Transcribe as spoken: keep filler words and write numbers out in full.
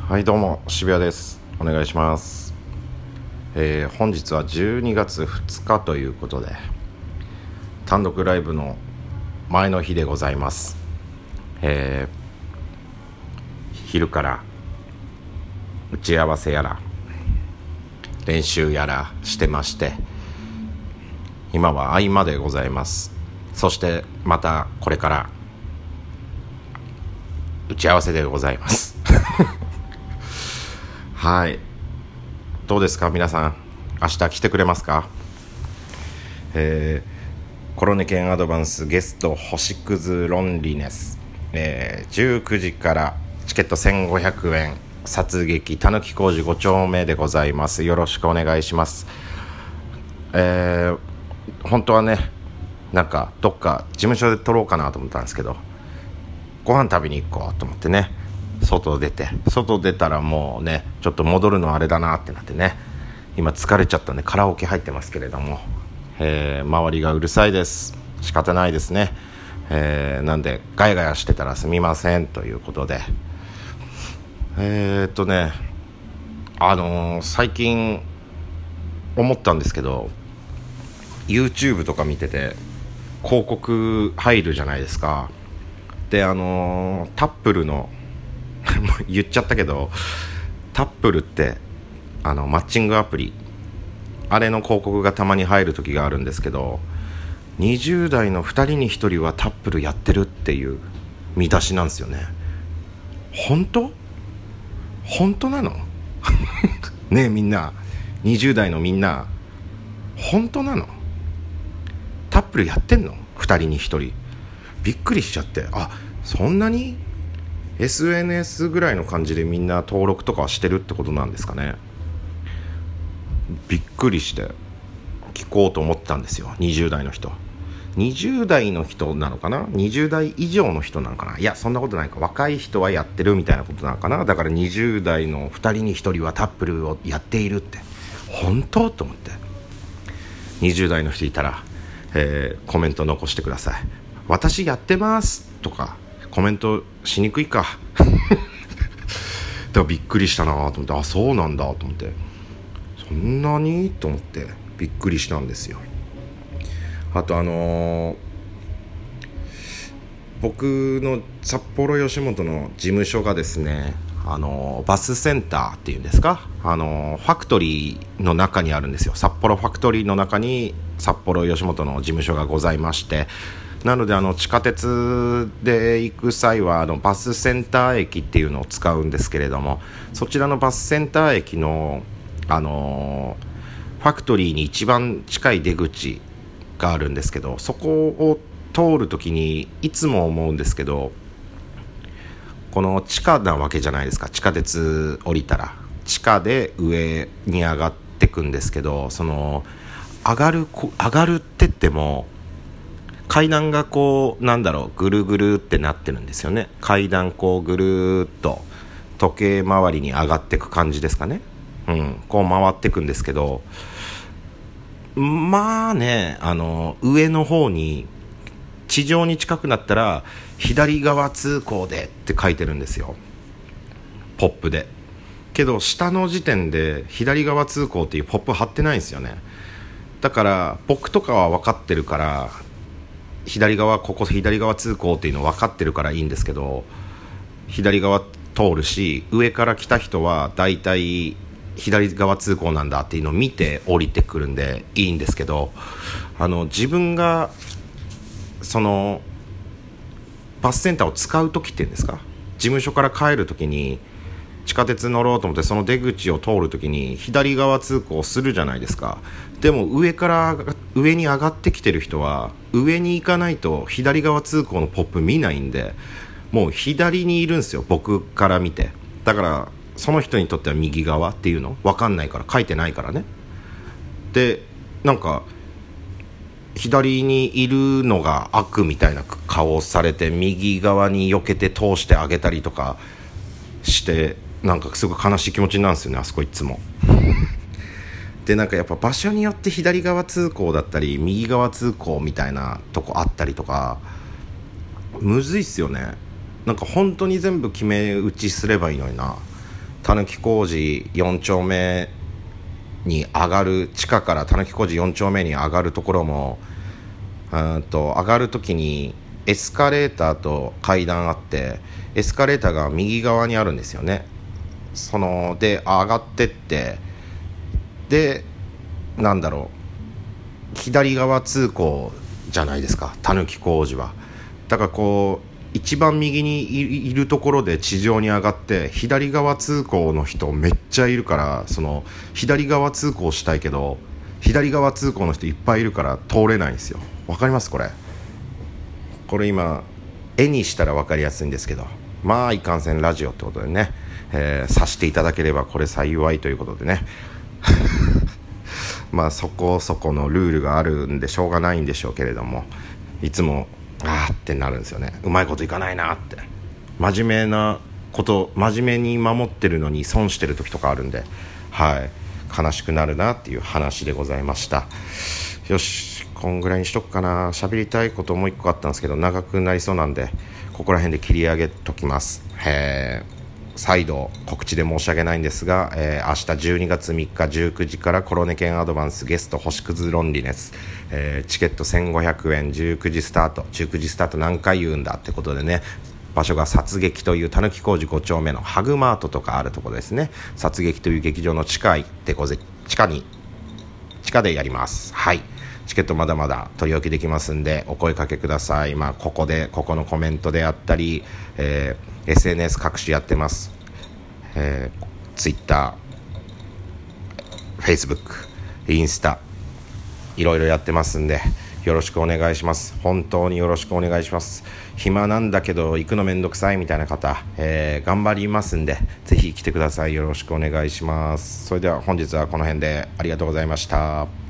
はい、どうも渋谷です。お願いします。えー本日はじゅうにがつふつかということで、単独ライブの前の日でございます。えー昼から打ち合わせやら練習やらしてまして、今は合間でございます。そしてまたこれから打ち合わせでございますはい、どうですか皆さん、明日来てくれますか？えー、コロネケンアドバンスゲスト星屑ロンリネス、えー、じゅうくじからチケットせんごひゃくえん、殺撃たぬき工事ご丁目でございます。よろしくお願いします。えー、本当はね、なんかどっか事務所で撮ろうかなと思ったんですけど、ご飯食べに行こうと思ってね、外出て外出たらもうね、ちょっと戻るのあれだなってなってね、今疲れちゃったんでカラオケ入ってますけれども、えー、周りがうるさいです。仕方ないですね。えー、なんでガヤガヤしてたらすみませんということで、えーっとねあのー、最近思ったんですけど、 YouTube とか見てて広告入るじゃないですか。であのー、タップルの言っちゃったけど、タップルってあのマッチングアプリ、あれの広告がたまに入る時があるんですけど、にじゅう代のふたりにひとりはタップルやってるっていう見出しなんですよね。本当本当なのねえみんな、にじゅう代のみんな、本当なの？タップルやってんの？ふたりにひとり。びっくりしちゃって、あ、そんなに エスエヌエス ぐらいの感じでみんな登録とかはしてるってことなんですかね。びっくりして聞こうと思ったんですよ。にじゅう代の人、にじゅう代の人なのかな、にじゅう代以上の人なのかな、いやそんなことないか、若い人はやってるみたいなことなのかな。だからにじゅう代のふたりにひとりはタップルをやっているって、本当と思って、にじゅう代の人いたら、えー、コメント残してください。私やってますとかコメントしにくいかだからびっくりしたなと思って、あ、そうなんだと思って、そんなにと思ってびっくりしたんですよ。あとあのー、僕の札幌吉本の事務所がですね、あのー、バスセンターっていうんですか、あのー、ファクトリーの中にあるんですよ。札幌ファクトリーの中に札幌吉本の事務所がございまして、なのであの地下鉄で行く際はあのバスセンター駅っていうのを使うんですけれども、そちらのバスセンター駅の、あのー、ファクトリーに一番近い出口があるんですけど、そこを通るときにいつも思うんですけど、この地下なわけじゃないですか。地下鉄降りたら地下で上に上がってくんですけど、その上がる上がるって言っても階段がこうなんだろう、ぐるぐるってなってるんですよね。階段こうぐるっと時計回りに上がっていく感じですかね。うん、こう回っていくんですけど、まあね、あの上の方に地上に近くなったら左側通行でって書いてるんですよ、ポップで。けど下の時点で左側通行っていうポップ貼ってないんですよね。だから僕とかは分かってるから、左側ここ左側通行っていうの分かってるからいいんですけど、左側通るし、上から来た人はだいたい左側通行なんだっていうのを見て降りてくるんでいいんですけど、あの自分がそのバスセンターを使う時っていうんですか、事務所から帰る時に地下鉄乗ろうと思ってその出口を通る時に左側通行するじゃないですか。でも上から上に上がってきてる人は上に行かないと左側通行のポップ見ないんで、もう左にいるんですよ、僕から見て。だからその人にとっては右側っていうの分かんないから、書いてないからね。でなんか左にいるのが悪みたいな顔をされて、右側に避けて通してあげたりとかして、なんかすごい悲しい気持ちになるんですよね、あそこいつもでなんかやっぱ場所によって左側通行だったり右側通行みたいなとこあったりとか、むずいっすよね。なんか本当に全部決め打ちすればいいのにな。 たぬき工事よん丁目に上がる、地下からたぬき工事よん丁目に上がるところも、うんと上がるときにエスカレーターと階段あって、エスカレーターが右側にあるんですよね。そので上がってって、でなんだろう、左側通行じゃないですか、たぬき工事は。だからこう一番右にいるところで地上に上がって、左側通行の人めっちゃいるから、その左側通行したいけど左側通行の人いっぱいいるから通れないんですよ。わかります？これこれ今絵にしたら分かりやすいんですけど、まあいかんせんラジオってことでね、えー、察していただければこれ幸いということでねまあそこそこのルールがあるんでしょうがないんでしょうけれども、いつもあーってなるんですよね。うまいこといかないなって、真面目なこと真面目に守ってるのに損してる時とかあるんで、はい悲しくなるなっていう話でございました。よし、こんぐらいにしとくかな。喋りたいこともう一個あったんですけど長くなりそうなんで、ここら辺で切り上げときます。えー再度告知で申し訳ないんですが、えー、明日じゅうにがつみっかじゅうくじからコロネケンアドバンスゲスト星屑ロンリネス、えー、チケットせんごひゃくえん、じゅうくじスタート。じゅうくじスタート何回言うんだってことでね、場所が殺撃というたぬき工事ご丁目のハグマートとかあるところですね。殺撃という劇場の地下でごぜ地下に地下でやります。はい、チケットまだまだ取り置きできますんでお声かけください。まあ、ここでここのコメントであったり、えー、エスエヌエス 各種やってます。えー、Twitter、Facebook、インスタいろいろやってますんでよろしくお願いします。本当によろしくお願いします。暇なんだけど行くのめんどくさいみたいな方、えー、頑張りますんでぜひ来てください。よろしくお願いします。それでは本日はこの辺でありがとうございました。